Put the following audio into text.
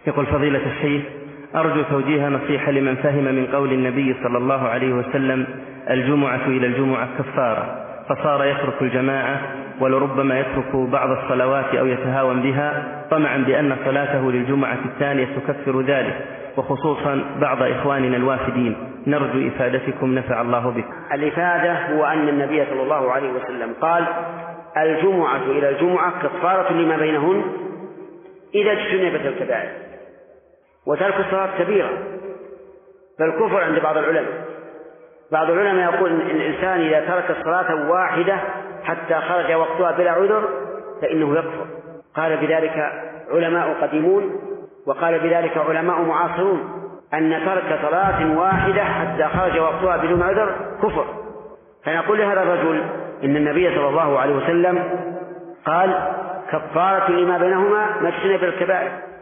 يقول فضيلة الشيخ: أرجو توجيه نصيحة لمن فهم من قول النبي صلى الله عليه وسلم: الجمعة إلى الجمعة كفارة، فصار يترك الجماعة ولربما يترك بعض الصلوات أو يتهاون بها طمعا بأن صلاته للجمعة الثانية تكفر ذلك، وخصوصا بعض إخواننا الوافدين. نرجو إفادتكم نفع الله بكم. الإفادة هو أن النبي صلى الله عليه وسلم قال: الجمعة إلى الجمعة كفارة لما بينهن إذا اجتنبت الكبائر. وترك الصلاة كبيرة بل كفر عند بعض العلماء. بعض العلماء يقول إن الإنسان إذا ترك الصلاة واحدة حتى خرج وقتها بلا عذر فإنه يكفر. قال بذلك علماء قديمون وقال بذلك علماء معاصرون أن ترك صلاة واحدة حتى خرج وقتها بدون عذر كفر. فنقول لهذا الرجل إن النبي صلى الله عليه وسلم قال: كفارة لما بينهما ما اجتنب الكبائر.